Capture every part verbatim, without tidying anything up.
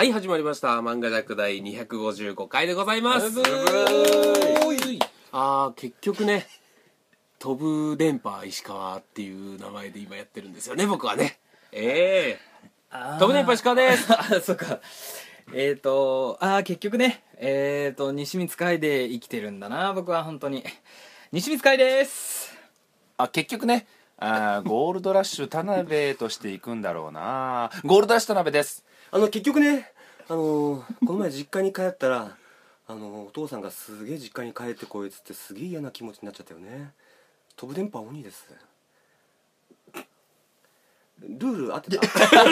はい、始まりました漫画ジャック第にひゃくごじゅうごかいでございます。あー、結局ね、飛ぶ電波石川っていう名前で今やってるんですよね、僕はね。ええー、飛ぶ電波石川です。 あ、そっか。えーとあー結局ね、えーと西光海で生きてるんだな、僕は本当に。西光海です。 あ、結局ね、あーゴールドラッシュ田辺としていくんだろうな。ゴールドラッシュ田辺です。 あの結局ね、あのー、この前実家に帰ったらあのー、お父さんがすげえ実家に帰ってこいっつってすげえ嫌な気持ちになっちゃったよね。飛ぶ電波鬼です。ルール合ってた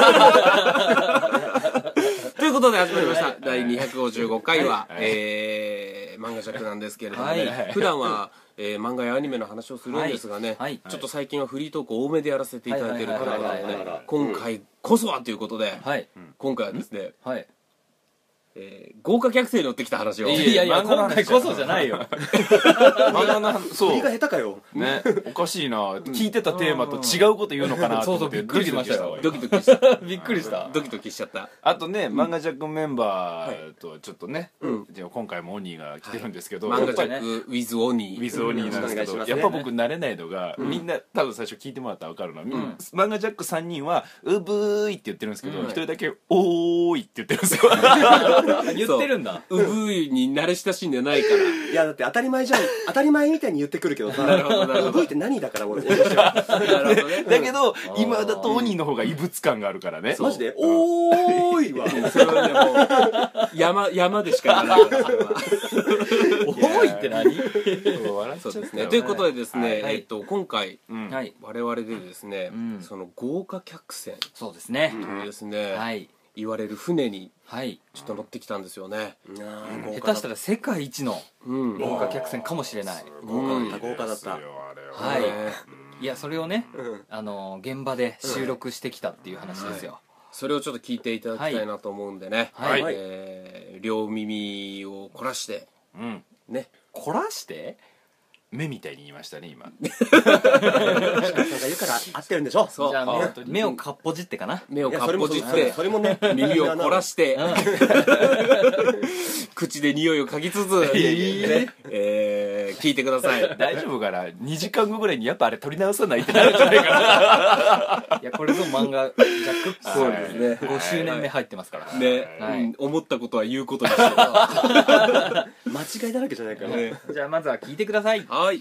ということで始まりましただいにひゃくごじゅうごかいは、はい、えー、漫画ジャックなんですけれどもね、はい、普段は、えー、漫画やアニメの話をするんですがね、はいはい、ちょっと最近はフリートーク多めでやらせていただいているからなので今回こそはということで、はい、今回はですね、はい、えー、豪華客船に乗ってきた話を。 いやいや今回こそじゃないよ。 漫画のそう振りが下手かよね、おかしいな。聞いてたテーマと違うこと言うのかなと思ってドキドキしたわ。 ドキドキしたびっくりした。 ドキドキしちゃった。 あとね、漫画ジャックメンバーとちょっとね、今回もオニーが来てるんですけど、 漫画ジャック with オニー with オニーなんですけど、やっぱ僕慣れないのが、みんな多分最初聞いてもらったら分かるのは、漫画ジャックさんにんはうぶーいって言ってるんですけど、一人だけおーいって言ってるんですよ。 言ってるんだ。 うぶいに慣れ親しんでないから。 いやだって当たり前じゃん、当たり前みたいに言ってくるけどさ。 なるほどなるほど。 うぶいって何だから俺。 なるほどね。 だけど今だとオニーの方が異物感があるからね。 マジでおーいはそれはねもう山山でしか言わないからそれは。 おいって何？ そうですね。ということでですね、えっと今回我々でですね、その豪華客船そうですね。 というですね。はい。言われる船にちょっと乗ってきたんですよね。 下手したら世界一の豪華客船かもしれない。 豪華だった豪華だった。はい。 いやそれをね、あの現場で収録してきたっていう話ですよ。 それをちょっと聞いていただきたいなと思うんでね。はい。両耳を凝らしてね。 凝らして？ 目みたいに言いましたね今。 鹿さんが言うから合ってるんでしょ。 そう。じゃあ目をかっぽじってかな。 目をかっぽじってそれもね耳を凝らして口で匂いを嗅ぎつつえ聞いてください。 大丈夫かな。にじかんごぐらいにやっぱあれ撮り直さないってなるんじゃないかな。 いやこれぞ漫画ジャックそうですね。 ごしゅうねんめ入ってますからね。思ったことは言うことにしよう。 間違いだらけじゃないからね。 じゃあまずは聞いてください。 はい。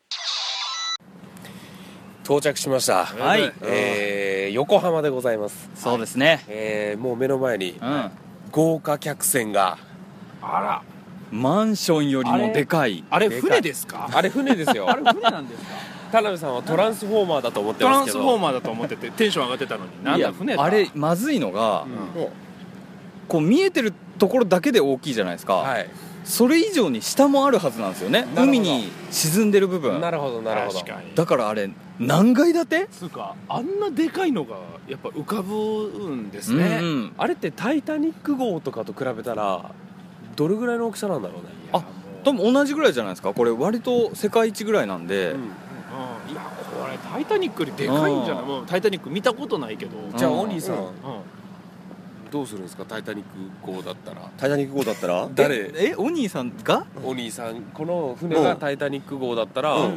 到着しました。 はい。 えー、横浜でございます。 そうですね。 えー、もう目の前に豪華客船が、 あら、 マンションよりもでかい。 あれ船ですか？ あれ船ですよ。 あれ船なんですか？ 田辺さんはトランスフォーマーだと思ってますけど。 トランスフォーマーだと思っててテンション上がってたのに、なんだ船だ。 あれまずいのが、こう見えてるところだけで大きいじゃないですか。はい。それ以上に下もあるはずなんですよね。海に沈んでる部分。 なるほどなるほど。 確かに。だからあれ何階建て？ つうかあんなでかいのがやっぱ浮かぶんですね。 うんうん、あれってタイタニック号とかと比べたらどれぐらいの大きさなんだろうね。 あ、多分同じぐらいじゃないですか。これ割と世界一ぐらいなんで。うんうん、いやこれタイタニックよりでかいんじゃない？もうタイタニック見たことないけど。 じゃあお兄さん。うんうん、どうするんですか？タイタニック号だったら。 タイタニック号だったら誰？ え、お兄さんが？ お兄さん、この船がタイタニック号だったら、うんうんうん、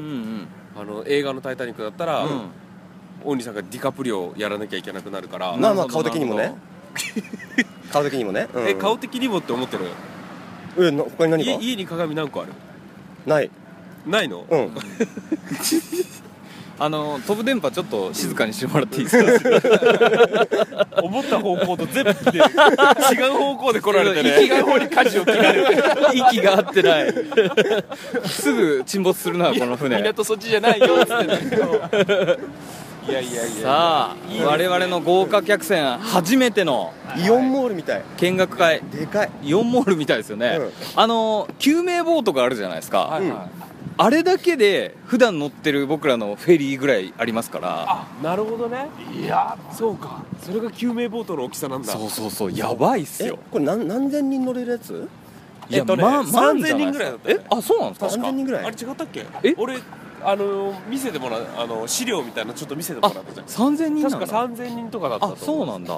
あの映画のタイタニックだったら、うん、お兄さんがディカプリオやらなきゃいけなくなるから。 まあまあ顔的にもね。顔的にもね。 うん、え、顔的にもって思ってる？ え、な他に何が？ 家, 家に鏡何個ある？ ない。 ないの？ うん。 あの飛ぶ電波ちょっと静かにしてもらっていいですか？ 思った方向と全部で違う方向で来られてね。 息が方に舵を切られて息が合ってない。すぐ沈没するなこの船。 港そっちじゃないよっつってね。いやいやいや。 さあいい、ね、我々の豪華客船初めてのイオンモールみたい見学会。 でかいイオンモールみたいですよね。うん、あの救命ボートがあるじゃないですか。はいはい、あれだけで普段乗ってる僕らのフェリーぐらいありますから。 あ、なるほどね。 いやそうか、それが救命ボートの大きさなんだ。 そうそうそう、やばいっすよ。 これ 何, 何千人乗れるやつ？ いや、えっとね、まあ、さんぜんにんぐらいだった。 え、あ、そうなんですか？ さんぜんにんぐらい。 あれ違ったっけ？ え、 俺あの見せてもらう、あの資料みたいなちょっと見せてもらったじゃん。 さんぜんにんなんだ。 確かさんぜんにんとかだったと思う。 あ、そうなんだ。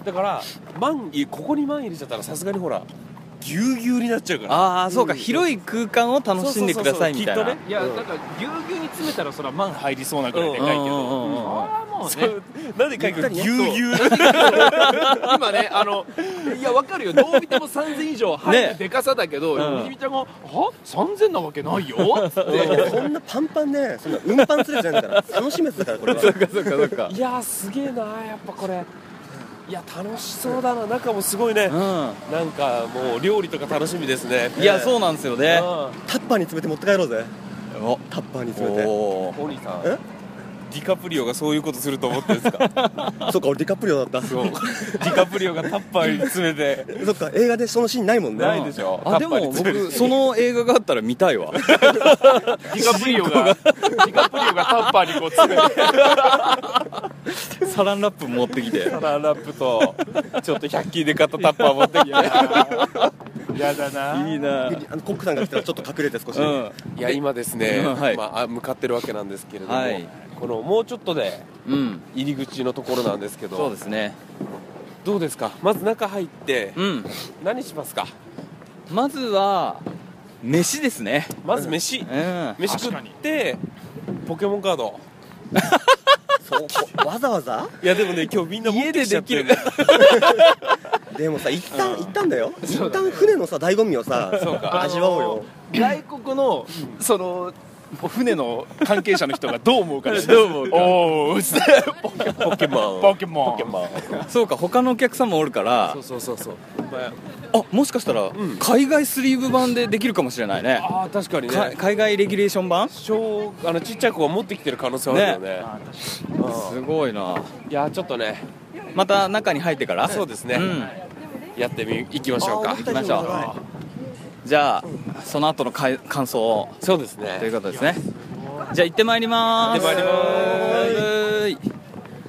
だからマンここにマン入れちゃったらさすがにほらぎゅうぎゅうになっちゃうから。 ああそうか、広い空間を楽しんでくださいみたいな。 いや、だからぎゅうぎゅうに詰めたらそらマン入りそうなくらいでかいけど、 もうね、なんでかいくぎゅうぎゅう今ね、あのいや分かるよ、どう見てもさんぜん以上入るでかさだけど、みみちゃんが「はさんぜんなわけないよ」っつってそんなパンパンね、そんな運搬するじゃないんだから楽しむやつだからこれは。 そうかそうかそうか。 いやーすげえな、やっぱこれいや楽しそうだな、中もすごいね、 うん、 なんかもう料理とか楽しみですね。 いやそうなんですよね。 タッパーに詰めて持って帰ろうぜ。おタッパーに詰めて。 お兄さん、ディカプリオがそういうことすると思ってるんですか？ そっか、俺ディカプリオだった。 そうディカプリオがタッパーに詰めてそっか、映画でそのシーンないもんね。 ないでしょ。 あでも僕その映画があったら見たいわ。 ディカプリオがディカプリオがタッパーにこう詰めてサランラップ持ってきて、 サランラップとちょっとひゃく均で買ったタッパー持ってきてやだな。 いいな。 あのコックさんが来たらちょっと隠れて少し、 うん、 いや今ですね、 うんはい、 まあ、向かってるわけなんですけれども、 はい、 このもうちょっとで入り口のところなんですけど、 うん、そうですね。 どうですか、まず中入って、 うん、 何しますか？ まずは飯ですね。 まず飯、 うん、 飯食ってポケモンカードそうわざわざいやでもね今日みんな持ってきちゃってる。 でもさ一旦行ったんだよ、一旦船のさ醍醐味をさ味わおうよ。 外国のその船の関係者の人がどう思うかです。 どう思うか。 おおポケモンポケモンポケモンそうか、他のお客さんもおるから。 そうそうそうそう、 あ、もしかしたら海外スリーブ版でできるかもしれないね。 ああ確かにね、 海外レギュレーション版、 小あのちっちゃい子が持ってきてる可能性あるよね。 ね、すごいな。 いやちょっとね、 また中に入ってから、 そうですね、 うん、 やってみ行きましょうか。 行きましょう。じゃあその後のかい感想を。 そうですね、 ということですね。じゃあ行ってまいりまーす。 行ってまいりまーす。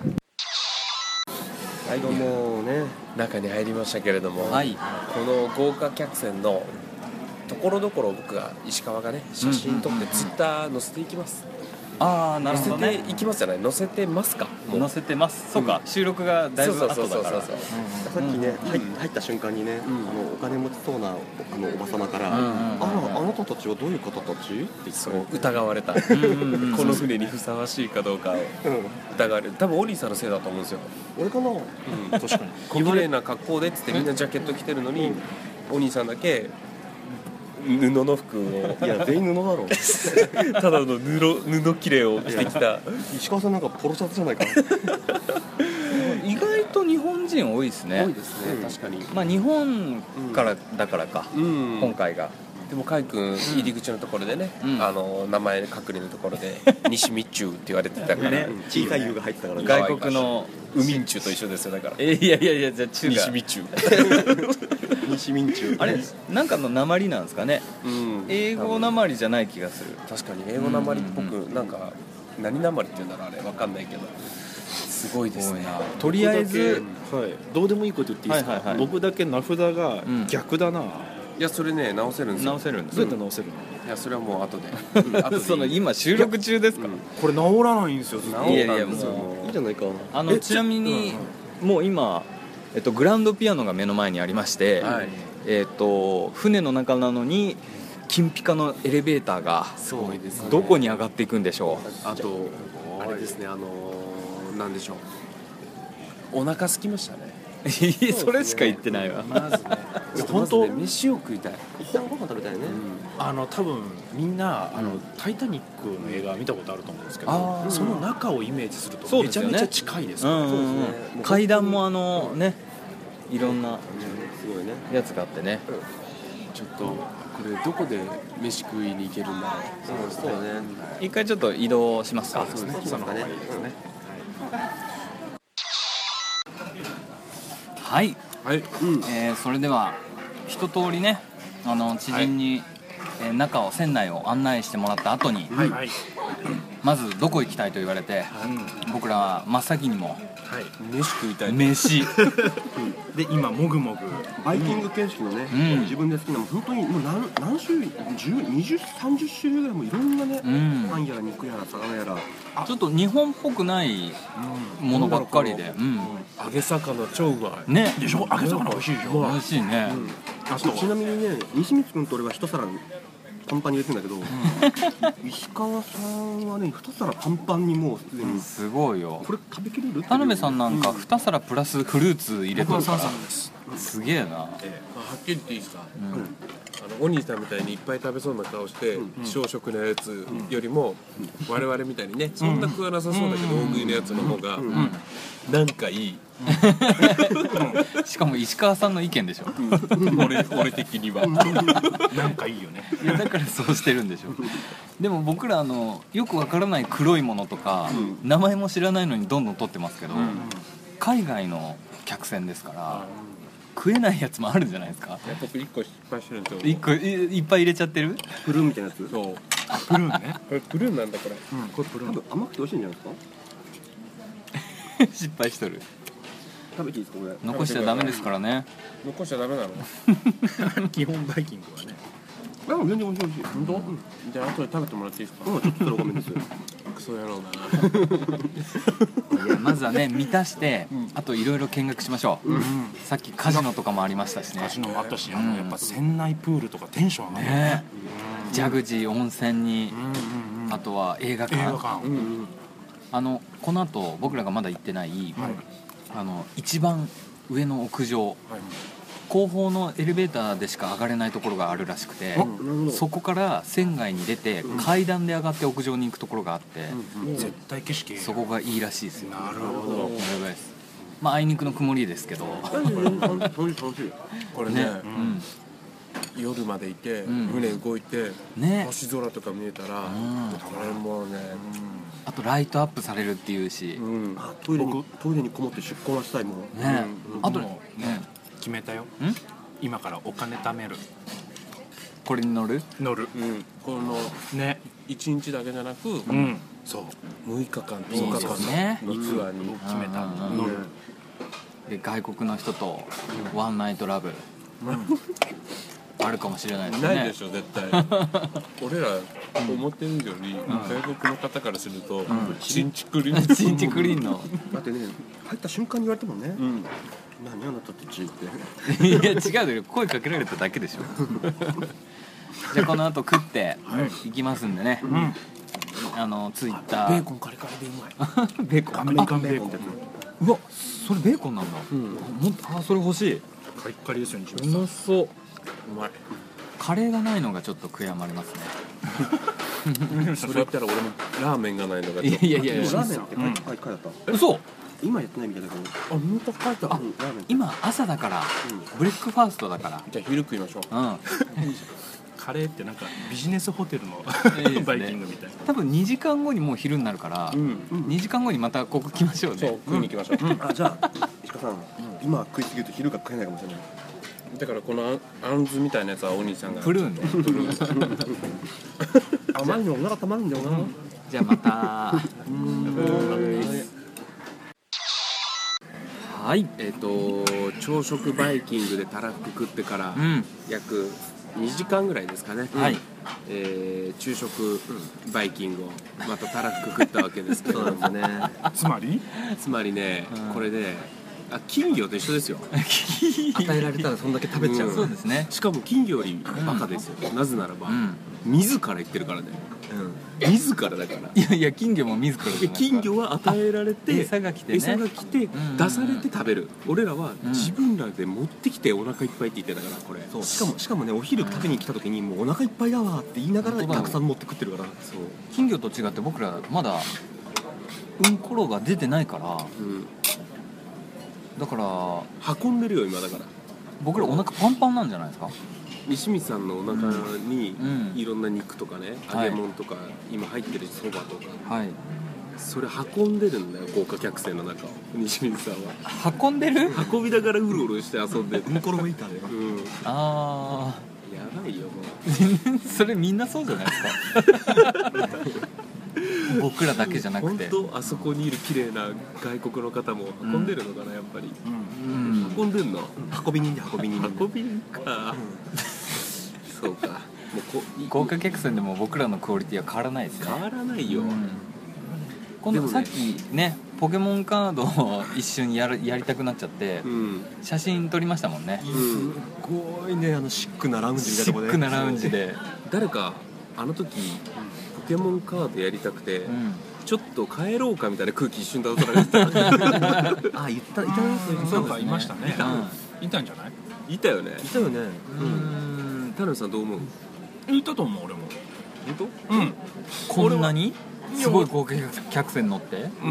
はいどうもね、 中に入りましたけれども、 はい、 この豪華客船のところどころ僕が石川がね写真撮ってツイッター載せていきます。 ああなるほどね。 載せていきますじゃない、載せてますか？ 載せてます。そうか、収録がだいぶ後だから。 さっきね入った瞬間にね、あのお金持ちそうなあのおば様から「あらあなたたちはどういう方たち？」ってそう疑われた。この船にふさわしいかどうかを疑われる。多分オリーさんのせいだと思うんですよ。 俺かな。 確かに小綺麗な格好でっつってみんなジャケット着てるのに、お兄さんだけ布の服を、 いや全員布だろただの布布切れを着てきた。 石川さんなんかポロシャツじゃないか。 意外と日本人多いですね。 多いですね、確かに。 まあ日本からだからか、今回が。 でも海君入り口のところでね、あの名前隠れのところで西みっちゅうって言われてたから小さい湯が入ってたからね。 外国の海んちゅうと一緒ですよ。だからいやいやいや、じゃあ中が西みっちゅう西民中あれなんかの訛なんですかね。英語訛じゃない気がする。 確かに英語訛っぽく、なんか何訛っていうんだろうあれ、わかんないけどすごいですね。 とりあえず、 はい、どうでもいいこと言っていいですか？ はいはいはい、 僕だけ名札が逆だな。 いやそれね直せるんですよ。 直せるんです。 どうやって直せるの？ いやそれはもう後で。後でその今収録中ですか？ これ直らないんですよ。 いやいやもいいじゃないか。 あのちなみにもう今えっとグランドピアノが目の前にありまして、えっと船の中なのに金ピカのエレベーターがどこに上がっていくんでしょう。 あとあれですね、あのなんでしょう、お腹空きましたね。 それしか言ってないわ。 まずね、本当飯を食いたい。 一旦ご飯食べたいね。 あの多分みんなあのタイタニックの映画見たことあると思うんですけど、その中をイメージするとめちゃめちゃ近いですから。 階段もあのね、いろんなすごいねやつがあってね。 ちょっとこれどこで飯食いに行けるんだろう。 そうだね。 一回ちょっと移動しますか。 そうですね。その方がいいですね。 はい、 はい、 えー、それでは一通りね、あの知人に、はい、えー、中を船内を案内してもらった後に、 はい、 まずどこ行きたいと言われて、僕らは真っ先にも、 はい、飯食いたい。 飯で今もぐもぐバイキング形式のね、 うん自分で好きなもん本当にもう何何種類じゅう、にじゅう、さんじゅっ種類ぐらいもいろんなね、 うんパンやら肉やら魚やらちょっと日本っぽくないものばっかりで、うん揚げ魚超うまい。 ね、 でしょ。揚げ魚美味しいでしょ。 美味しいね、 あとちなみにね西光君と俺は一皿パンパンに入れてるんだけど、石川さんはね二皿パンパンにもうすでにすごいよ。 これ食べきれる？ 田辺さんなんかに皿プラスフルーツ入れてるから、 ですすげえな。 まあはっきり言っていいですか。あのお兄さんみたいにいっぱい食べそうな顔して小食なやつよりも我々みたいにねそんな食わなさそうだけど大食いのやつの方がなんかいい。 しかも石川さんの意見でしょ。 俺俺的には。 なんかいいよね。 いやだからそうしてるんでしょ。でも僕らあのよくわからない黒いものとか、名前も知らないのにどんどん取ってますけど、海外の客船ですから、食えないやつもあるんじゃないですか。 僕いっこ失敗してるんですよ。 いっこ い, いっぱい入れちゃってる。 プルーンみたいなやつ。 そう。 あプルーンね。 これプルーンなんだこれ。 これプルーン。 多分甘くて美味しいんじゃないですか。 失敗しとる。 食べていいですかこれ。 残しちゃダメですからね。 残しちゃダメなの？ 基本バイキングはね。 でも全然美味しい美味しい。 本当？じゃあ後で食べてもらっていいですか？ うん、ちょっとそれごめんです。 クソ野郎だな。 いやまずはね満たして、あといろいろ見学しましょう、さっきカジノとかもありましたしね。 カジノもあったし、あのやっぱ船内プールとかテンション上がるね、ジャグジー温泉に、あとは映画館。 映画館。 あのこの後僕らがまだ行ってない、あの一番上の屋上、後方のエレベーターでしか上がれないところがあるらしくて、そこから船外に出て階段で上がって屋上に行くところがあって、 絶対景色いいよ。 そこがいいらしいですよ。 なるほど。 やばいです。まああいにくの曇りですけど楽しい楽しい。 これね、夜までいて船動いてね、 星空とか見えたらこれもうね、 あとライトアップされるっていうし、 あトイレにトイレにこもって出航はしたいもん。 ね、あともうね決めたよ。今からお金貯める。 これに乗る。 乗る。 このね。 いちにちだけじゃなくうん。そう。 むいかかんといいおかかんですねのツアーに決めた。 うん乗る。 で外国の人とワンナイトラブ、あるかもしれないですね。 ないでしょ絶対。俺ら思ってるより外国の方からするとチンチクリンチンチクリーンのだってね入った瞬間に言われたもんね。何あなたってチーって。 いや違うよ、声かけられただけでしょ。じゃあこの後食って行きますんでね、あのツイッターベーコンカリカリでうまい。 ベーコン、 アメリカンベーコン。 うわそれベーコンなんだ、もっとあそれ欲しい。 カリッカリですよね。 うまそう。 うまい。 カレーがないのがちょっと悔やまれますね。 それ言ったら俺もラーメンがないのがいやいやいやいや、 ラーメンって書いて書いてあった。 嘘。 今やってないみたいだけど。 あ本当書いた。 うんラーメン。 今朝だから、ブレックファーストだから。 じゃあ昼食いましょう。 うんカレーってなんかビジネスホテルのいいですねバイキングみたいな。 多分にじかんごにもう昼になるから、にじかんごにまたここ来ましょうね。 そう食いに行きましょう。 あじゃあ石川さん今食いすぎると昼が食えないかもしれない。 だからこのあんずみたいなやつはお兄さんがプルーンね。 甘いのお腹たまるんだよな。 じゃあまた。はい。 えっと朝食バイキングでたらふく食ってからうん。 約にじかんぐらいですかね、 はい。 えー昼食バイキングをまたたらふく食ったわけですけどもねつまりつまりね、 うんこれねあ金魚と一緒ですよ。 与えられたらそんだけ食べちゃう。 そうですね。 しかも金魚よりバカですよ、なぜならば、 うん。 自ら言ってるからね、自らだからいやいや金魚も自らじゃないですか。 金魚は与えられて餌が来てね。 餌が来てん出されて食べる、俺らはうん自分らで持ってきてお腹いっぱいって言ってたからこれ、 そうしかもしかもねお昼食べに来た時にもうお腹いっぱいだわって言いながら本当だよたくさん持って食ってるから。 そう、 金魚と違って僕らまだうんころが出てないから、 うん、 だから運んでるよ今だから僕らお腹パンパンなんじゃないですか。 西光さんのお腹にうんいろんな肉とかね、 はい揚げ物とか今入ってるそばとかはい。 それ運んでるんだよ豪華客船の中を西光さんは運んでる？ 運びながらうろうろして遊んでるうんころウェイターで。 うんあやばいよもあ。それみんなそうじゃないですか。 僕らだけじゃなくて本当あそこにいる綺麗な外国の方も運んでるのかな、やっぱり、 うん、 運んでんの、 運び人で運び人運び人か、そうか、もうこ豪華客船でも僕らのクオリティは変わらないですよ。 変わらないよ、うん、 今度さっきねポケモンカードを一瞬やるやりたくなっちゃって、うん、写真撮りましたもんね、 うん、すごいね、あのシックなラウンジみたいなとこで、 シックなラウンジで誰かあの時、うん、ポケモンカードやりたくて、うん、ちょっと帰ろうかみたいな空気一瞬だったらあ、言ったいたそうか、いましたね、いたんじゃない、 いたよね、 いたよね、 うん、田辺さんどう思う？ いたと思う、俺も。 本当？ うん。 こんなにすごい豪華客船乗って、 うん、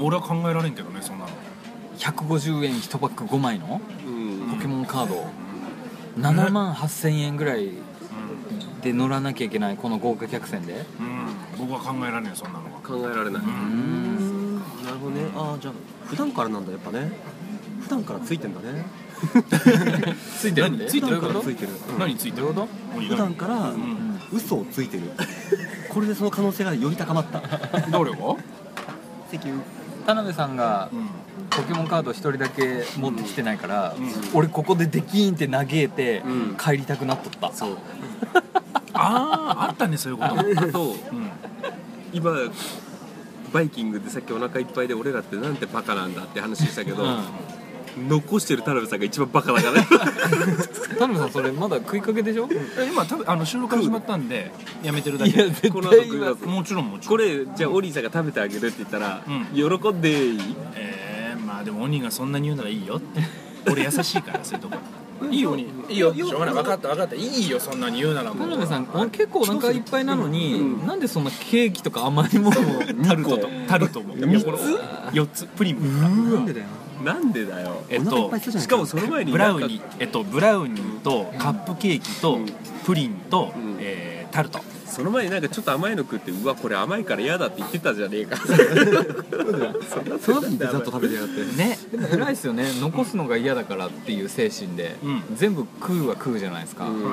俺は考えられんけどね、そんなの。 ひゃくごじゅうえんいちパックごまいのポケモンカードななまんはっせんえんぐらいで乗らなきゃいけないこの豪華客船で、 うん、僕は考えられない、そんなのは考えられない。うーん、なるほどね。ああ、じゃあ普段からなんだ、やっぱね。普段からついてんだね。 ついてるんで？ ついてるから？ ついてる。 何ついてる？ 普段から嘘をついてる。これでその可能性がより高まった。 誰が？ 田辺さんがポケモンカード一人だけ持ってきてないから、うん、俺ここでデキーンって嘆いて帰りたくなっとった、うん、 そうああ、あったね、そういうことそう、うん、今バイキングでさっきお腹いっぱいで俺らってなんてバカなんだって話したけど、うん、残してる田辺さんが一番バカだから田辺さんそれまだ食いかけでしょ？ 今多分あの収録始まったんでやめてるだけ。 いや絶対この後食います。 もちろんもちろん。 これじゃあオリーさんが食べてあげるって言ったら、うん、喜んでいい？ えー、まあでもオニーがそんなに言うならいいよって俺優しいからそういうとこいいよいいよ、しょうがない、分かった分かった、いいよ、そんなに言うなら。 田辺さん結構お腹いっぱいなのに、うん、なんでそんなケーキとか甘いものをタルトとタルトもみっつよっつプリンもなんでだよなんでだよ、 えっと、 しかもその前にブラウニー、えっと、ブラウニーとカップケーキとプリンと、うんえー、タルト。 その前になんかちょっと甘いの食って、うわこれ甘いから嫌だって言ってたじゃねえかその後にデザート食べてやがってね。でも偉いですよね、残すのが嫌だからっていう精神で、うん、全部食うは食うじゃないですか、うんはい、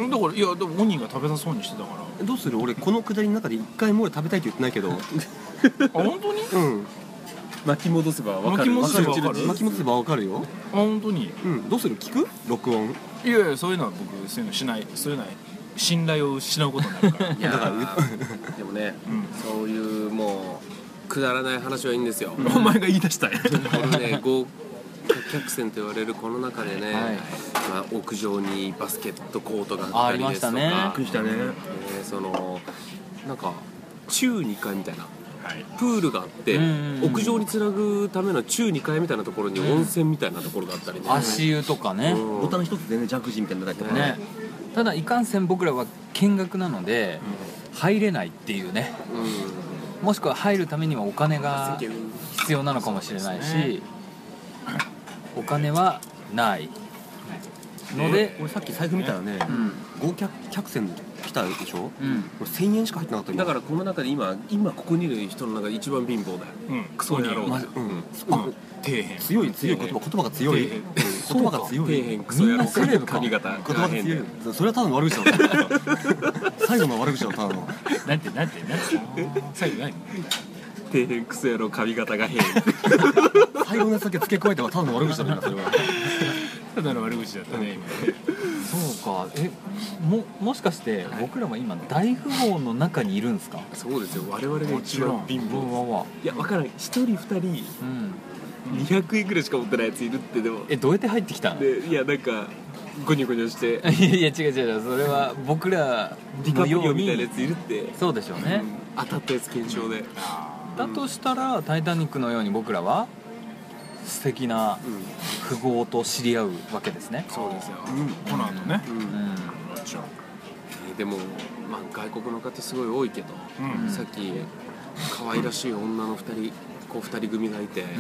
だからいやでもオニーが食べたそうにしてたから。 どうする？俺このくだりの中で一回も俺食べたいって言ってないけどあ、 本当に？ うん、 巻き戻せば分かる。 巻き戻せば分かる。 巻き戻せば分かるよ。 あ、本当に？ うん。どうする？聞く？録音。 いやいや、そういうのは僕そういうのしない。そういうのは信頼を失うことになるから。 いやだからでもね、うん、そういうもうくだらない話はいいんですよ。 お前が言い出したい。 このね、豪華客船と言われるこの中でね、はい、まあ、屋上にバスケットコートがあったりですとか、 ありましたね。 えー、そのなんか中にかいみたいな。プールがあって、屋上につなぐための中にかいみたいなところに温泉みたいなところがあったりね、 足湯とかね、 ボタン一つでね、ジャグジーみたいなのがあったりとかね。 ただいかんせん僕らは見学なので、うん、入れないっていうね、うん、もしくは入るためにはお金が必要なのかもしれないし、お金はないので、 俺さっき財布見たらね、うん、豪華客船来たでしょ、うん、俺せんえんしか入ってなかった。 だからこの中で今今ここにいる人の中で一番貧乏だよ、うん、クソ野郎だよ、うんうん、 あ、底辺強い強い言葉、言葉が強い、言葉が強い、 底辺クソ野郎、髪型言葉が強い。それはただの悪口だろ最後の悪口だろ、ただの。 なんてなんてなんて最後何？ 底辺クソ野郎、髪型が変最後のやつだけ付け加えてはただの悪口だろ、それはただの悪口だったね、今ね。 そうか、え、も、もしかして僕らは今大富豪の中にいるんですか？ そうですよ、我々が一番貧乏。いや、分からん、一人二人、うん、にひゃくえんくらいしか持ってないやついるって。でもえ、どうやって入ってきたん？ で、いや、なんかゴニョゴニョしていや違う違う、それは僕らディカプリオみたいなやついるって。 そうでしょうね、 うん、当たったやつ検証で、うん、 だとしたらタイタニックのように僕らは素敵な富豪と知り合うわけですね、 うん、そうですよ、うん、この後ね、うんうん、 でも、まあ、外国の方すごい多いけど、うん、さっき可愛らしい女のふたり、こうふたり組がいて、うん、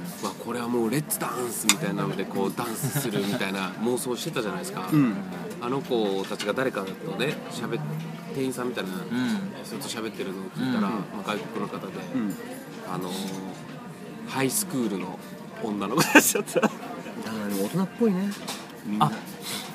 まあ、これはもうレッツダンスみたいなのでこうダンスするみたいな妄想してたじゃないですか、うん、あの子たちが誰かとね、しゃべ店員さんみたいな人と喋ってるのを聞いたら、うん、まあ、外国の方で、うん、あのハイスクールの女の子たちだった。だから大人っぽいね。 あ、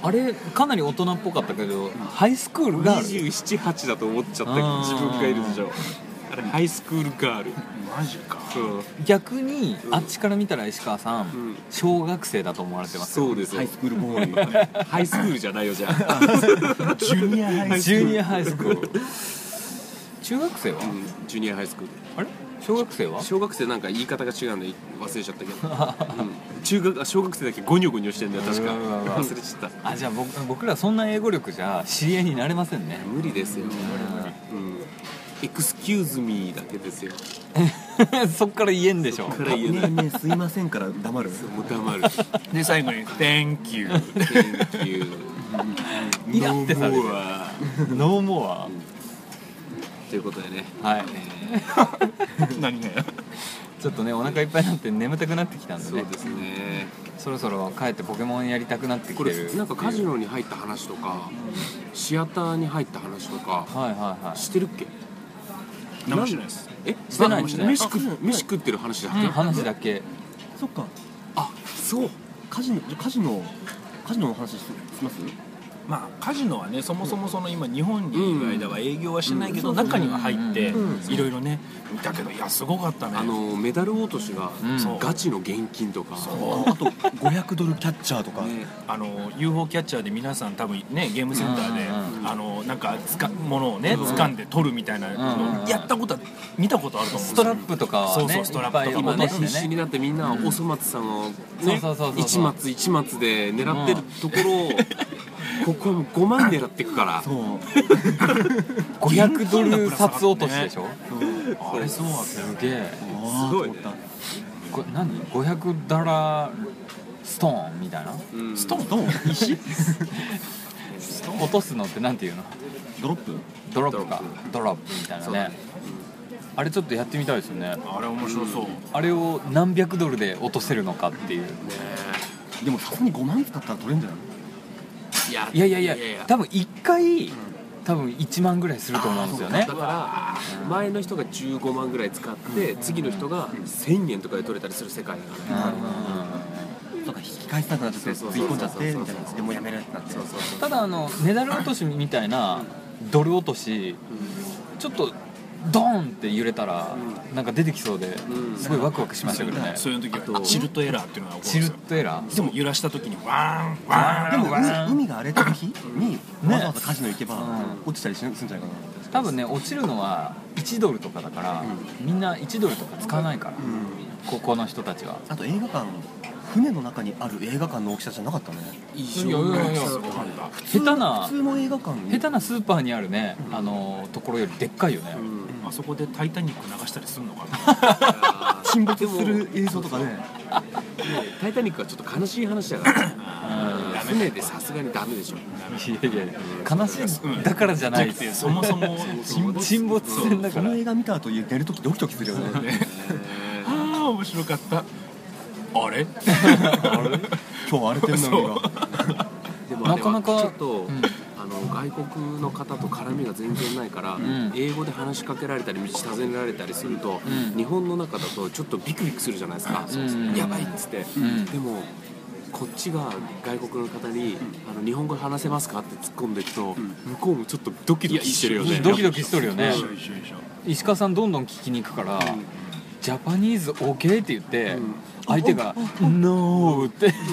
あれかなり大人っぽかったけどハイスクールガールにじゅうなな、はちだと思っちゃった自分がいるでしょ。あれハイスクールガール。 マジか。 逆にあっちから見たら石川さん、 うん、 小学生だと思われてますよ。 そうですよ。 ハイスクールボーイハイスクールじゃないよじゃあジュニアハイスクール。 ジュニアハイスクール中学生は、 うん、ジュニアハイスクール。 あれ小学生は小学生なんか言い方が違うんで忘れちゃったけど、うん、中学あ小学生だけゴニョゴニョしてんだよ確か。忘れちゃった。 あじゃあ 僕, 僕らそんな英語力じゃ知り合いになれませんね。 無理ですよ、うん、エクスキューズミーだけですよそっから言えんでしょ。 そっから言えない。 ねえねえすいませんから黙る。 もう黙るで最後に Thank you Thank you イラってされるノーモアということでね、 はい、 何がやちょっとねお腹いっぱいになって眠たくなってきたんでね。 そうですね。 そろそろ帰ってポケモンやりたくなってきてる。 これなんかカジノに入った話とか、うん、シアターに入った話とか、 はいはいはい、 してるっけ？ 何もしないです。 えしてないしてない。 飯食飯食ってる話だっけ？ うん、話だけ。 そっか。 あそう。 カジノカジノカジノの話します？ まあカジノはねそもそもその今日本にいる間は営業はしてないけど、中には入っていろいろね見たけど、いやすごかったね。 あのメダル落としが、 うん、 ガチの現金とか、 あとごひゃくドルキャッチャーとか、 ね、あの ユーフォー キャッチャーで皆さん多分ねゲームセンターで、うんうん、あのなんかつか物をね掴んで取るみたいなのやったことは見たことあると思うんですよ。 ストラップとかはね、 そうそうストラップとか今ね必死になってみんなおそ松さんをね一松一松で狙ってるところをここもごまん狙っていくから。 そうごひゃくドル札落としでしょ。 あれそうなんすげえすごいね。 これ何ごひゃくダラーストーンみたいな、 うん、 ストーン石落とすのってなんていうの？ ドロップドロップかドロップみたいなね。あれちょっとやってみたいですよね。 あれ面白そう、うん、 あれを何百ドルで落とせるのかっていう、ね、 でもさすがにごまん使ったら取れるんじゃない？ いやいやいやいや多分いっかい、うん、多分いちまんぐらいすると思うんですよね。 だから前の人がじゅうごまんぐらい使って、うん、次の人がせんえんとかで取れたりする世界だからね。 とか引き返したくなっちゃってつい込んじゃってみたいな。でもうやめるってなって。そうそうそう。 ただあのメダル落としみたいなドル落とし、うん、ちょっとドーンって揺れたら、うん、なんか出てきそうで、うん、すごいワクワクしましたけどね。 そういう時はチルトエラーっていうのが起こるんですよ。 チルトエラー。 でも揺らした時にワーンワーン。 でも海, 海が荒れた時に、ね、わざわざカジノ行けば、うん、落ちたりするんじゃないかな。 多分ね落ちるのはいちドルとかだから、うん、みんないちドルとか使わないから、うん、ここの人たちは。 あと映画館船の中にある映画館の大きさじゃなかったね。 いやいやいや下手な普通の映画館下手なスーパーにあるね、うん、あのところよりでっかいよね、 うん、あそこでタイタニック流したりするのかな沈没する映像とかね。ねタイタニックはちょっと悲しい話だから船でさすがにダメでしょ。 いやいや悲しいだからじゃないですよ。 そもそも沈没船だから。 その映画見た後寝るときドキドキするよね。 ああ面白かった。あれあれ今日荒れてんのがでもなかなかちょっと、うん、あの外国の方と絡みが全然ないから、うん、英語で話しかけられたり道尋ねられたりすると、うん、日本の中だとちょっとビクビクするじゃないですか、うん、やばいっつって、うん、でもこっちが外国の方に、うん、あの日本語話せますかって突っ込んでいくと、うん、向こうもちょっとドキドキしてるよね。 ドキドキしとるよね。石川さんどんどん聞きに行くから、うん、ジャパニーズ OK って言って、うん相手が「ノー」って「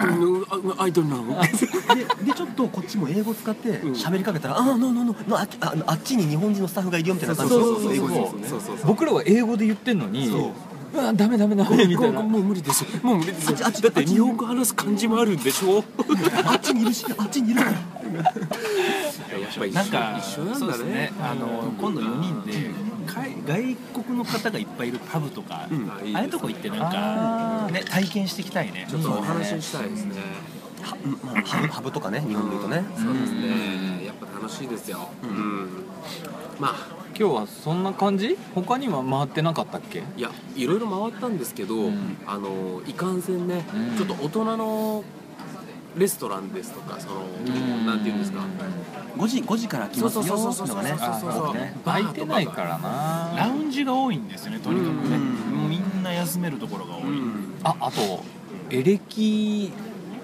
I don't know」 で, でちょっとこっちも英語使って喋りかけたら「ああノーノーノーあああっちに日本人のスタッフがいるよ」みたいな感じで英語ですね。 僕らは英語で言ってんのに「うわダメダメダメ」みたいな。 もう無理ですもう無理ですあっちだって日本語話す漢字もあるんでしょあっちにいるしあっちにいるからやっぱりなんか一緒なんだね。 そうですね。あの今度よにんで外国の方がいっぱいいるパブとか、うん、ああいうとこ行ってなんか、ね、体験していきたいね。 ちょっとお話ししたいですね。 は、まあ、ハブ、ハブとかね日本で言うとね、 うん、そうですね。やっぱ楽しいですよ、うんうん、まあ今日はそんな感じ？他には回ってなかったっけ？ いやいろいろ回ったんですけど、うん、あのいかんせんね、うん、ちょっと大人のレストランですとかその、うん、なんていうんですかごじから来ますよとかね空いてないからな。 ラウンジが多いんですよねとにかくね。もうみんな休めるところが多い、うん、 ああとエレキ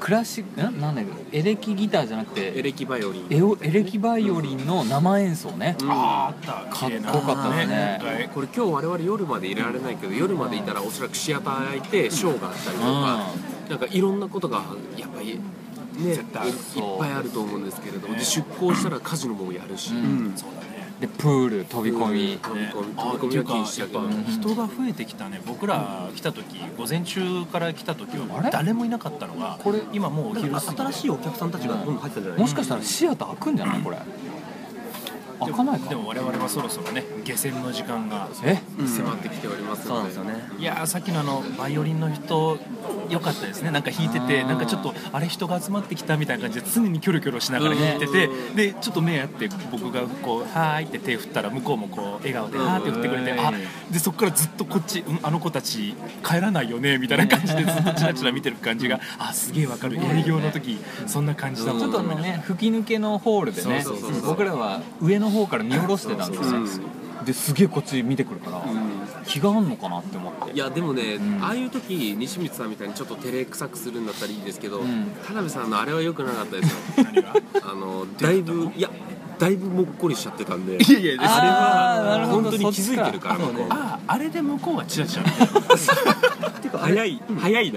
クラシックんなんだっけエレキギターじゃなくてエレキバイオリンエオエレキバイオリンの生演奏ね、 うんあーあったかっこよかったですね。 ねこれ今日我々夜までいられないけど夜までいたらおそらくシアター開いてショーがあったりとか、なんかいろんなことがやっぱりねいっ対ぱいあると思うんですけれども、で出航したらカジノもやるし、 うんそうだねでプール飛び込み、 飛び込みあ飛び込みは禁止だけど、 っていうかやっぱ人が増えてきたね。僕ら来た時午前中から来た時あれは誰もいなかったのがこれ今もうお昼過ぎて新しいお客さんたちがどんどん入ってたんじゃない？ もしかしたらシアター開くんじゃないこれ。開かないかでも我々はそろそろね下船の時間がえ迫ってきておりますので、 そうなんですよね。 いやーさっきのあのバイオリンの人良かったですね。なんか弾いててなんかちょっとあれ人が集まってきたみたいな感じで常にキョロキョロしながら弾いてて、でちょっと目あって僕がこうはーいって手振ったら向こうもこう笑顔ではーって振ってくれて、あでそっからずっとこっち、うん、あの子たち帰らないよねみたいな感じでずっとチラチラ見てる感じがあすげえわかる。営業の時そんな感じだもん。 ちょっとあのね吹き抜けのホールでねそうそうそうそう僕らは上の方から見下ろしてたんですよね。ですげえこっち見てくるから、気があんのかなって思って。 いやでもね、 んああいう時西光さんみたいにちょっと照れくさくするんだったらいいですけど、 ん田辺さんのあれは良くなかったですよ何があのだいぶいやだいぶもっこりしちゃってたんで、 いやいやあーなるほど本当に気づいてるからそっちか向こうあああれで向こうがチラチラ見てるてか早い早いな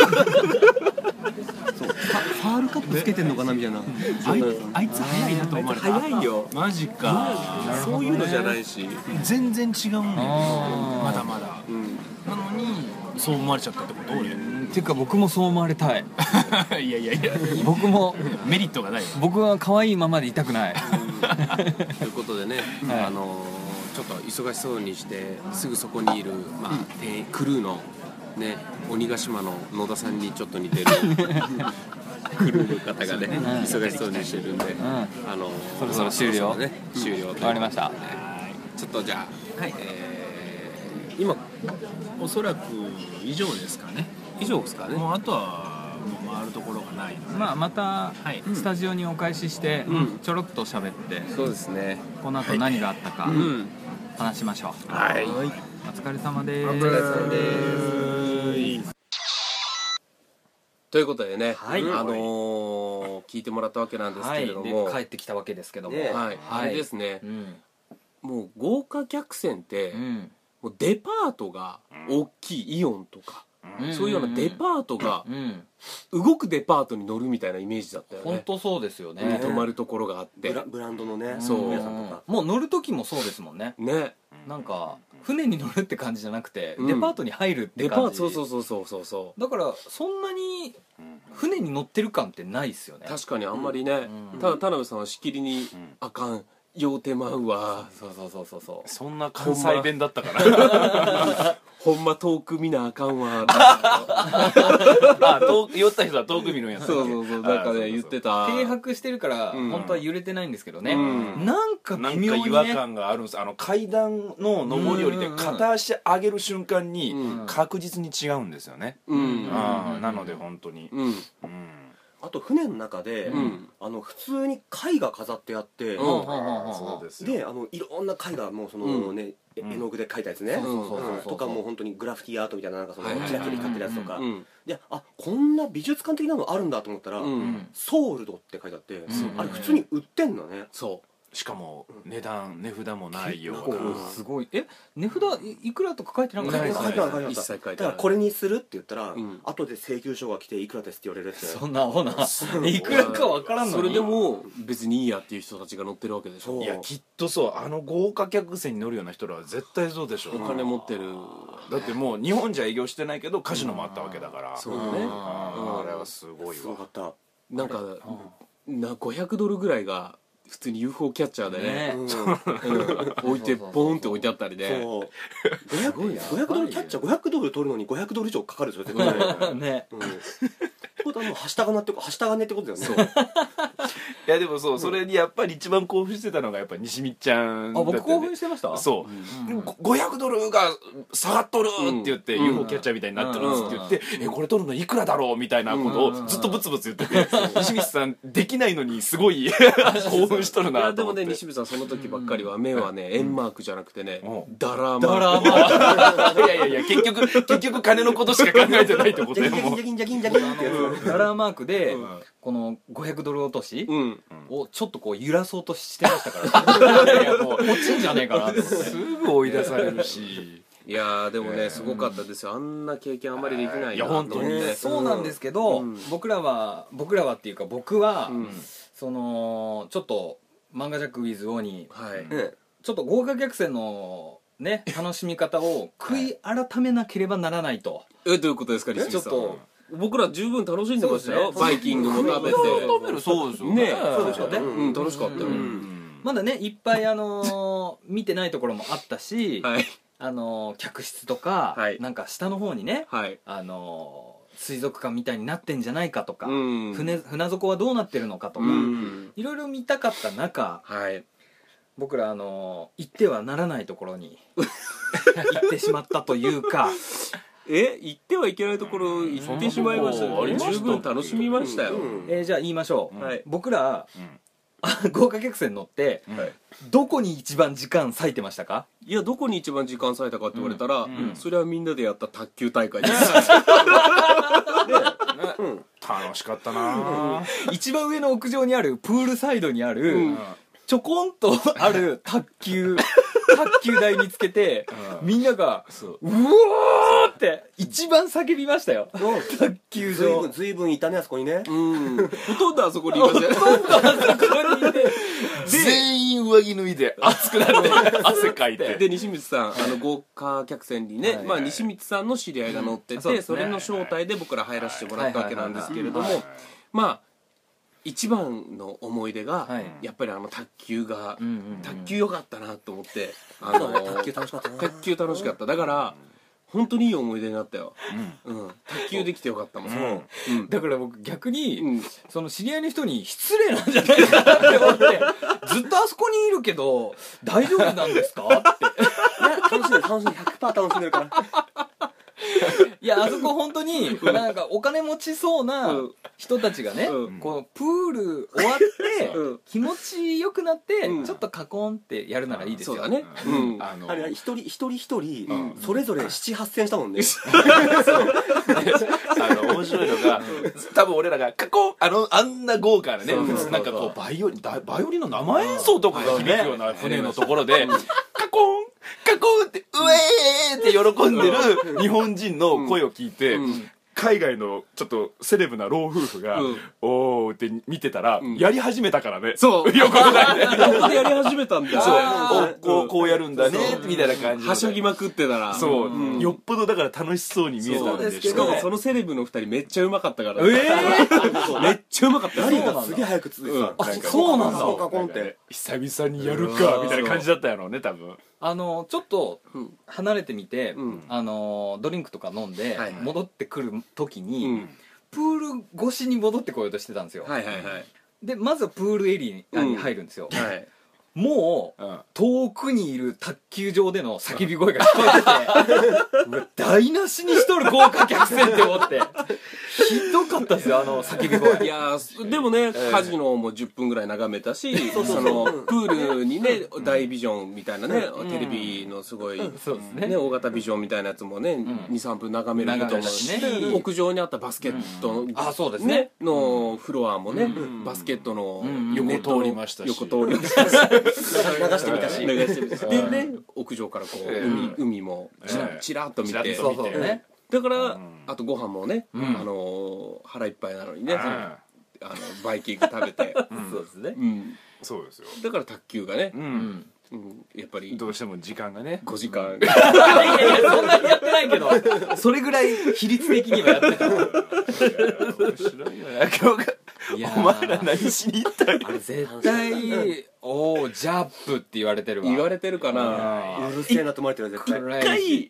そうファファールカップつけてんのかなみたいな。 あいあいつ早いなと思われた。 早いよマジか。 そういうのじゃないし、 全然違うんだよあーまだまだうんなのにそう思われちゃったってこと俺っていうか僕もそう思われたい。 いやいやいや僕もメリットがないよ。 僕は可愛いままでいたくない。 ということでね、 はいあのちょっと忙しそうにしてすぐそこにいる、まあ、店員クルーのね鬼ヶ島の野田さんにちょっと似てるクルーの方がね、 ん忙しそうにしてるんで、あのそろそろ終了そろそろね終了ということでわかりました。 ちょっとじゃあ、 はいえー今おそらく以上ですかね。 以上ですかね。 もうあとはもう回るところがないので、 まあまたはいスタジオにお返ししてうんちょろっと喋ってそうですね。 この後何があったかうん。 話しましょう。 はい。 お疲れ様です。 お疲れ様です。ということでね、 はいあのー聞いてもらったわけなんですけれども、 で帰ってきたわけですけども、 ねはい、あれですねう、んもう豪華客船って、 うんもうデパートが大きいイオンとか、 うんそういうようなデパートがうん動くデパートに乗るみたいなイメージだったよね。 本当そうですようんね。 泊まるところがあってブラブランドのねそう皆さんとか。 もう乗る時もそうですもんね。 ね、 なんか船に乗るって感じじゃなくて、 うんデパートに入るってデパー感じ。 トそうそうそうそうそうそだからそんなに船に乗ってる感ってないですよねう。確かにあんまりね、 うんただ田辺さんはしきりに、あかん酔うてまうわ、 そうそうそうそうそう。 そんな関西弁だったかなほんま遠く見なあかんわあ遠く酔った人は遠く見るんやつそうそうそうなんかね言ってた停泊してるからうん本当は揺れてないんですけどね。 うんなんかなん微妙にね。 か違和感があるんです。あの階段の上り下りで片足上げる瞬間にうん確実に違うんですよね、 うんあーなので本当に、 うんうんあと船の中で、 うんあの普通に貝が飾ってあって、 うんそうですよであのいろんな貝がもうそのうんね、えうん絵の具で描いたやつね、 そうそうそうそううんとかもう本当にグラフィティアートみたいななんかそのはいはいはいキラキラ光ってるやつとか、 うんであこんな美術館的なのあるんだと思ったら、 うんソールドって書いてあって、 んあれ普通に売ってんのね、 そしかも値段値札もないよう結構なすごい。え値札いいくらとか書いてなかったない書いてある書いてある一切書いてないだからこれにするって言ったら、 うん後で請求書が来ていくらですって言われるってそんなほな。いくらかわからんのに。 それでも別にいいやっていう人たちが乗ってるわけでしょ。 そういやきっとそうあの豪華客船に乗るような人らは絶対そうでしょお金持ってる。 だってもう日本じゃ営業してないけどカジノもあったわけだから、 そうだね。 あーあれはすごいわすごかったなんかなごひゃくドルぐらいが普通に ユーフォー キャッチャーでねねうんうん置いてボーンって置いてあったりで。 そうごひゃくごひゃくドルキャッチャーごひゃくドル取るのにごひゃくドル以上かかるでしょ絶対ねね。 うんってことはもうはした金ってはした金ってことだよねそうやでもそう、それにやっぱり一番興奮してたのがやっぱ西見ちゃんだったよね。 あ、僕興奮してました。 そう、うん、ごひゃくドルが下がっとるって言って、うん、ユーフォー キャッチャーみたいになってるって言って、うん、えこれ取るのいくらだろうみたいなことをずっとブツブツ言ってて、うん、西光さんできないのにすごい興奮しとるなと思って。いやでもね西光さんその時ばっかりは目はね、うん、円マークじゃなくてね、うん、ダラーマーク。 ダラーマークいやいやいや結局結局金のことしか考えてないってことでもうジャキンジャキンジャキンジャキンってやつダラーマークで、うん、このごひゃくドル落としをちょっとこう揺らそうとしてましたからいやもう落ちんじゃねえかなってすぐ追い出されるしいやでもねすごかったですよ。あんな経験あんまりできないなと思って。いや本当にそうなんですけど、うん、僕らは僕らはっていうか僕は、うん、そのちょっと漫画ジャック with オに、はい、ちょっと豪華客船のね楽しみ方を悔い改めなければならないと。 えどういうことですか西光さん。ちょっと僕ら十分楽しんでましたよ、ね、バイキングも食べてそうですよね。 そうでしょうね、うん、楽しかったよ、うんうん、 まだねいっぱいあのー、見てないところもあったし、はい、あのー、客室とか、はい、なんか下の方にね、はい、あのー、水族館みたいになってんじゃないかとか、うん、船, 船底はどうなってるのかとか、うん、いろいろ見たかった中、はい、僕らあのー、行ってはならないところに行ってしまったというかえ行ってはいけないところ行ってしまいましたよ、ね、十分楽しみましたよ、うんえー、じゃあ言いましょう、はい、僕ら、うん、豪華客船乗って、はい、どこに一番時間割いてましたか？ いやどこに一番時間割いたかって言われたら、うんうん、それはみんなでやった卓球大会ですうん、楽しかったな一番上の屋上にあるプールサイドにある、うん、ちょこんとある卓球卓球台につけて、うん、みんながうわーって一番叫びましたよ、うん、卓球場ずいぶんいたねあそこにね、 うん、ほとんどあそこにいましたよほとんどあそこにいて全員上着脱いで熱くなって汗かいてで西光さんあの豪華客船にね、はいまあ、西光さんの知り合いが乗ってて、うん そ, ね、それの招待で僕ら入らせてもらったわけなんですけれどもまあ一番の思い出が、はい、やっぱりあの卓球が、うんうんうん、卓球良かったなと思ってあの卓球楽しかったね卓球楽しかっただから本当にいい思い出になったよ、うんうん、卓球できてよかったもん、うんうん、だから僕逆に、うん、その知り合いの人に失礼なんじゃないかなって思ってずっとあそこにいるけど大丈夫なんですかって楽しんでる楽しんでる ひゃくパーセント 楽しんでるからいやあそこ本当になんかお金持ちそうな人たちがね、うん、こうプール終わって気持ちよくなって、うん、ちょっとカコンってやるならいいですよ、 そうだね、 うん、あのあれ一人一人一人、うん、それぞれななはっせんしたもんねあの面白いのが多分俺らがカコンあのあんな豪華なねなんかこうバイオリンバイオリンの生演奏とかが響くような船のところでカコンカコンってうえーって喜んでる日本人の声を聞いて、うん、海外のちょっとセレブな老夫婦が、うん、おーって見てたら、うん、やり始めたからねそう横で横でやり始めたんだよそうこう、こうやるんだねみたいな感じではしゃぎまくってたらそう、うん、よっぽどだから楽しそうに見えたんでしかもそのセレブのふたりめっちゃうまかったから、ね、えー、めっちゃうまかった何がすげえ早く続いてた、 うん、そうなんだカコンって久々にやるかみたいな感じだったやろうね多分あのちょっと離れてみて、うん、あのドリンクとか飲んで戻ってくる時に、うん、プール越しに戻ってこようとしてたんですよ、はいはいはい、でまずはプールエリアに入るんですよ、うんはい、もう、うん、遠くにいる卓球場での叫び声が聞こえてて台無しにしとる豪華客船って思ってひどかったですよあの叫び声いやでもね、えー、カジノもじゅっぷんぐらい眺めたしそのプールにね大ビジョンみたいなね、うん、テレビのすごい、うんそうですねね、大型ビジョンみたいなやつもね、うん、にさんぷん眺めると思うし、ね、屋上にあったバスケットの、うん、 あそうですねのフロアもね、うん、バスケットの横通りましたし横通りましたし流してみたし流してみたしでね屋上からこう、えー、海, 海もちらちらっと見て、そうそうねだから、うん、あとご飯もね、うん、あの腹いっぱいなのにね、うん、あのバイキング食べて、 うん、そうですね、 うん、そうですよだから卓球がね、うんうん、やっぱりどうしても時間がねごじかんいやいやそんなにやってないけどそれぐらい比率的にはやってた面白いよね今日がお前ら何しに行ったんやあれ絶対おージャップって言われてるわ言われてるかなうるせえなと思われてる絶対一回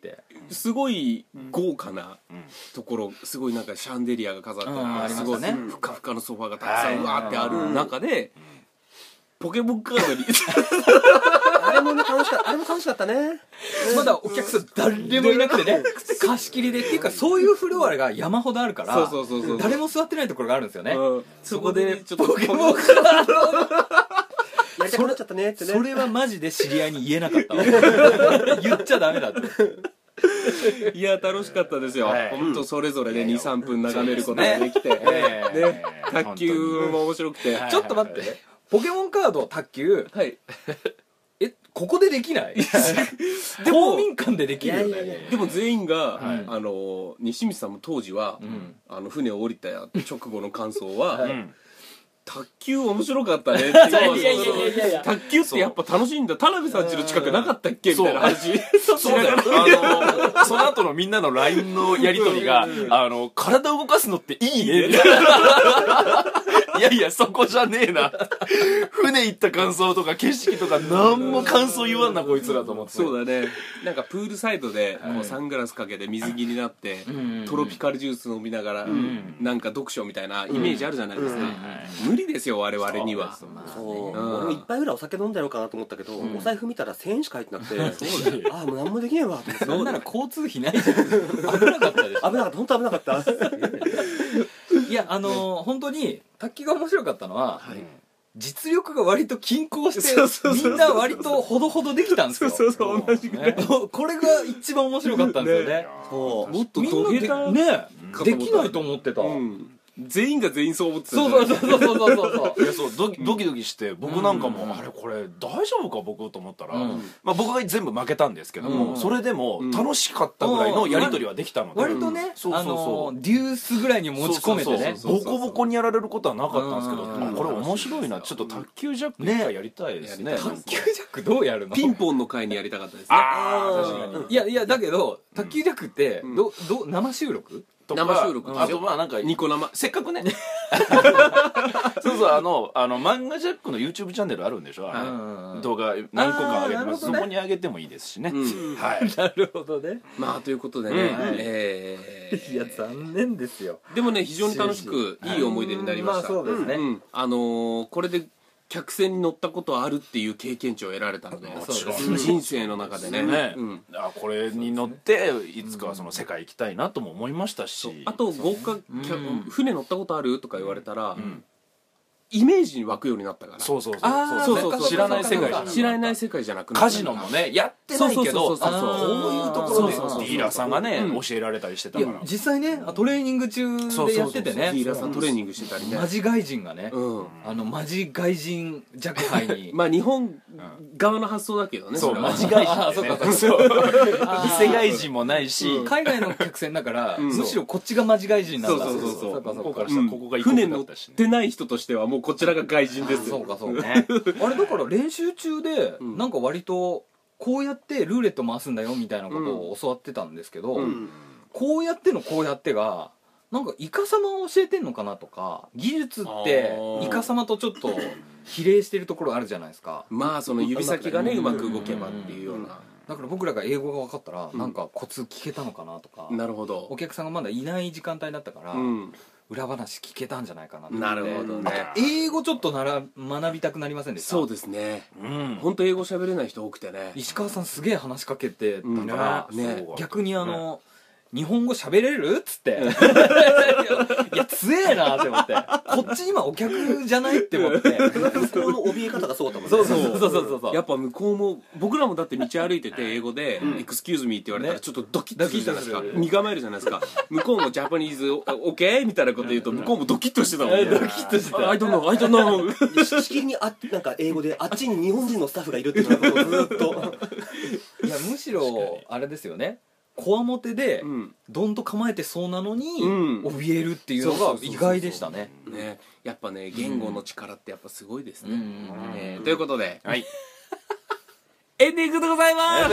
すごい豪華なところ、すごいなんかシャンデリアが飾ってある、すごいふかふかのソファーがたくさんうわーってある中でポケモンカードにあれもね楽しかった、あれも楽しかったね。 まだお客さん誰もいなくてね、貸し切りでっていうか、そういうフロアが山ほどあるから、 そうそうそうそう、 誰も座ってないところがあるんですよね。 そこでちょっとポケモンカードやりたくなっちゃったねってね。 それはマジで知り合いに言えなかったわ言っちゃダメだって。 いや楽しかったですよ、本当それぞれね にさんぷん眺めることができて、ね、卓球も面白くて、 ちょっと待って、ポケモンカード卓球、 はいえここでできない？公民館でできるよね。 でも全員が、あの西光さんも当時は、あの船を降りた直後の感想は、卓球面白かったねって言う。卓球ってやっぱ楽しいんだ、田辺さん家の近くなかったっけみたいな話。 そうだよ、あのその後のみんなの ライン のやり取りが、あの体を動かすのっていいねいやいやそこじゃねえな、船行った感想とか景色とか何も感想言わんなこいつらと思って。 そうだね、なんかプールサイドでこうサングラスかけて水着になってトロピカルジュース飲みながらなんか読書みたいなイメージあるじゃないですか。無理ですよ我々には。 そう、俺もいっぱいぐらいお酒飲んだよかなと思ったけど、お財布見たらせんえんしか入ってなくて、ああもう何もできねえわと思って。 そんなら交通費ないじゃん。危なかったでしょ。 危なかった、本当危なかったいやあのー、本当に卓球が面白かったのは、はい、実力が割と均衡してみんな割とほどほどできたんですよ。 そうそうそう、同じぐらい、ね、 これが一番面白かったんですよね。ね、 そうもっと土下座ねできないと思ってた、うん、 全員が全員そう思ってた。 そうそうそうそうそうそういやそうドキドキドキして僕なんかも、うん、あれこれ大丈夫か僕と思ったら、うん、まあ、僕が全部負けたんですけども、うん、それでも楽しかったぐらいのやり取りはできたので、 割とね、そうそうそう、デュースぐらいに持ち込めてね、 ボコボコにやられることはなかったんですけど、あこれ面白いな、ちょっと卓球ジャック一回やりたいですね。 卓球ジャックどうやるの？ ピンポンの回にやりたかったですね。 ああ確かに。 いやいやだけど卓球ジャックってどど生収録？ 生収録、 あとまあなんかニコ生、 せっかくねそうそう、あのあの漫画ジャックの YouTube チャンネルあるんでしょ、あの動画何個か上げてます、そこに上げてもいいですしね、 はい、なるほどね。 まあということでね、えいや残念ですよ。 でもね非常に楽しくいい思い出になりました。 そうですね、 あのこれで客船に乗ったことあるっていう経験値を得られたので、人生の中でね、 ね、うん、あこれに乗っていつかはその世界行きたいなとも思いましたし、 あと豪華、船乗ったことあるとか言われたら、イメージに湧くようになったから。 そうそうそう、知らない世界じゃ知らない世界じゃなくなカジノもねやってないけど、こういうところでディーラーさんがね教えられたりしてたから、 実際ねトレーニング中でやっててね、 ディーラーさんトレーニングしてたりね、 マジ外人がね、あのマジ外人弱敗にまあ日本側の発想だけどね、 そうマジ外人ってね、偽外人もないし海外の客船だからむしろこっちがマジ外人なんだ。 そうそうそう、 ここからしたらここが船乗ってない人としてはもうこちらが外人です。 そうかそうねあれだから練習中でなんか割とこうやってルーレット回すんだよみたいなことを教わってたんですけど、こうやってのこうやってがなんかイカサマを教えてんのかなとか、技術ってイカサマとちょっと比例してるところあるじゃないですか。 まあその指先がねうまく動けばっていうような、 だから僕らが英語が分かったらなんかコツ聞けたのかなとか、 なるほど、 お客さんがまだいない時間帯だったから裏話聞けたんじゃないかなと思って。 なるほどね。 英語ちょっとなら学びたくなりませんでした？ そうですね、本当英語喋れない人多くてね、 石川さんすげえ話しかけてたから逆にあの日本語喋れるっつっていや強えなって思って、こっち今お客じゃないって思って、 向こうの怯え方がそうだもんね。 そうそうそうそうそう、 やっぱ向こうも僕らもだって道歩いてて英語で「エクスキューズミー」って言われたらちょっとドキッとするじゃないですか、身構えるじゃないですか。向こうもジャパニーズオッケーみたいなこと言うと向こうもドキッとしてたもんね。 ドキッとしてた。 I don't know I don't know しきりにあなんか英語であっちに日本人のスタッフがいるっていうのがずっといやむしろあれですよね、こわもてでどんと構えてそうなのに怯えるっていうのが意外でしたね。 やっぱね言語の力ってやっぱすごいですね。ということでエンディングでございます。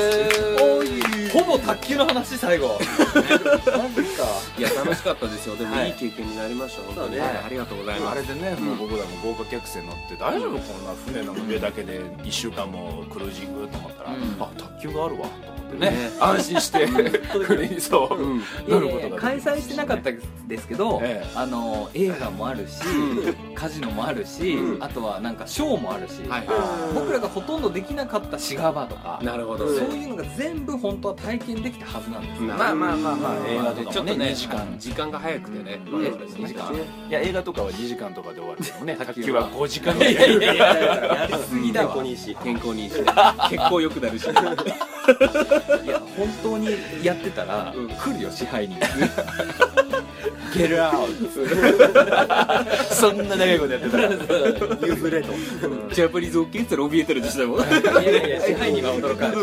ほぼ卓球の話最後何ですか。 いや楽しかったですよ。でもいい経験になりました本当に。ありがとうございます。 あれでねもう僕らも豪華客船乗って大丈夫こんな船の上だけでいっしゅうかんもクルージングと思ったら、あ卓球があるわと思って。 ってね、安心してフリーそうなることが開催してなかったですけど、あの映画もあるし、カジノもあるし、あとはなんかショーもあるし、僕らがほとんどできなかったシガーバーとか、 なるほど、 そういうのが全部本当は体験できたはずなんです。 まあまあまあまあ、映画とかもねにじかん時間が早くてね、にじかん、いや映画とかはにじかんとかで終わるけどね、卓球はごじかんぐらいやりすぎだわ。 健康にいいし、 健康にいいし、結構良くなるし。いや本当にやってたら来るよ支配人。ゲルアウト。そんな長いことやってたら。 ユーズレート。 ジャパニーズオーケーって怯えてる自体も。 いやいや支配人は驚かない。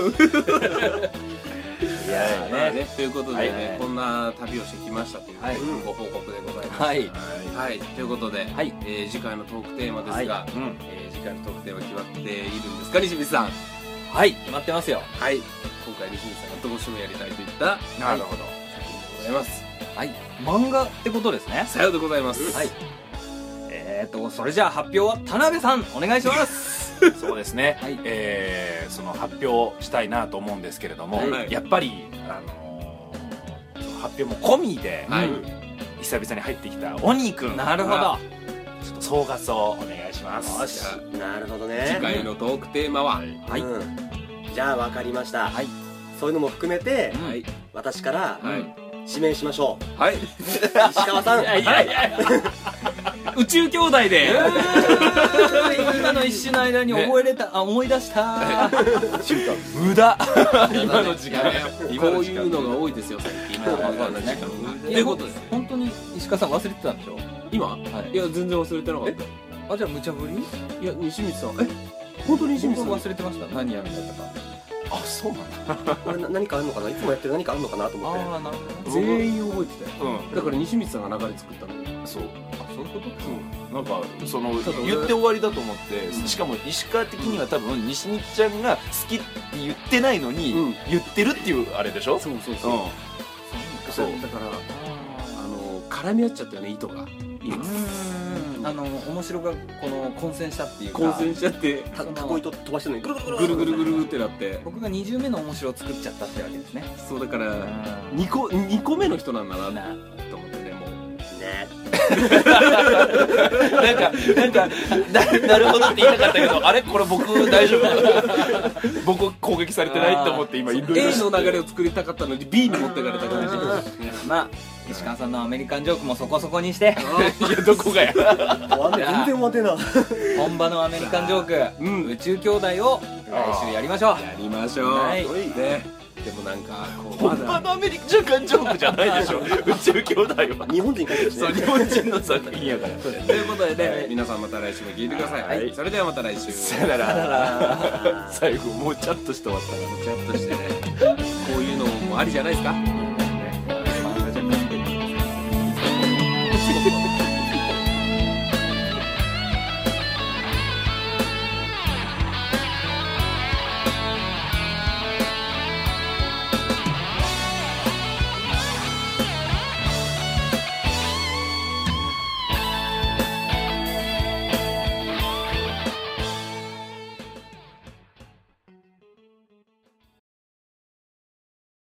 いやね、ということでね、こんな旅をしてきましたというご報告でございます。はい、はい、ということで、え次回のトークテーマですが、え次回のトークテーマ決まっているんですか、西光さん。 はい、決まってますよ。 はい、今回西光さんがどうしてもやりたいといったなるほど作品でございます。 はい、漫画ってことですね。 さようでございます。 はい、えーとそれじゃあ発表は田辺さんお願いします。 そうですね、はい、えー、その発表したいなと思うんですけれども、はい、やっぱり、あのー、その発表も込みで、はい、久々に入ってきた鬼くん。 なるほど、 ちょっと総括をお願いします。 なるほどね。 次回のトークテーマは、 はい、うん、じゃあ分かりました、はい、そういうのも含めて、はい、私から、はい、指名しましょう。 はい、 石川さん。いやいやいや宇宙兄弟で今の一瞬の間に覚えれた、あ、思い出した。 無駄。今の時間こういうのが多いですよ最近。ということです。 本当に石川さん忘れてたんでしょ今？いや全然忘れてなかった。 あ、じゃあ無茶ぶり？ いや西光さん、え本当に西光さん忘れてました。何やるんだったか。 あ、そうなんだ。 あれ何かあるのかな、いつもやってる何かあるのかなと思って。 ああ、なるほど。 全員覚えてたよ。だから西光さんが流れ作ったの。 そう。 あ、そういうこと？ なんかその言って終わりだと思って、しかも石川的には多分西光ちゃんが好きって言ってないのに言ってるっていうあれでしょ。 そうそうそう。そうだからあの絡み合っちゃったよね、糸が。 あの面白がこの混戦したっていうか、 混戦しちゃってタコ糸飛ばしてるのにぐるぐるぐるぐるぐるってなって、 僕がにじゅうめの面白を作っちゃったってわけですね。 そうだからにこにこめの人なんだなと思ってね、もうね。 なんかなんか な, なるほどって言いたかったけど、あれこれ僕大丈夫？僕攻撃されてないって思って今いろいろ A の流れを作りたかったのに B に持ってかれた感じ。 まあ石川さんのアメリカンジョークもそこそこにして、 いやどこがや。 全然待てな。 本場のアメリカンジョーク、うん、宇宙兄弟を来週やりましょう。 やりましょう。はい。ね。でもなんかこう本場のアメリカンジョークじゃないでしょ。宇宙兄弟は日本人書いてるしね。 そう、日本人の作品やから。 ということでね、皆さんまた来週も聞いてください。はい。それではまた来週。 さよなら。最後もうちゃっとして終わったな。 もうちゃっとしてね。こういうのもありじゃないですか。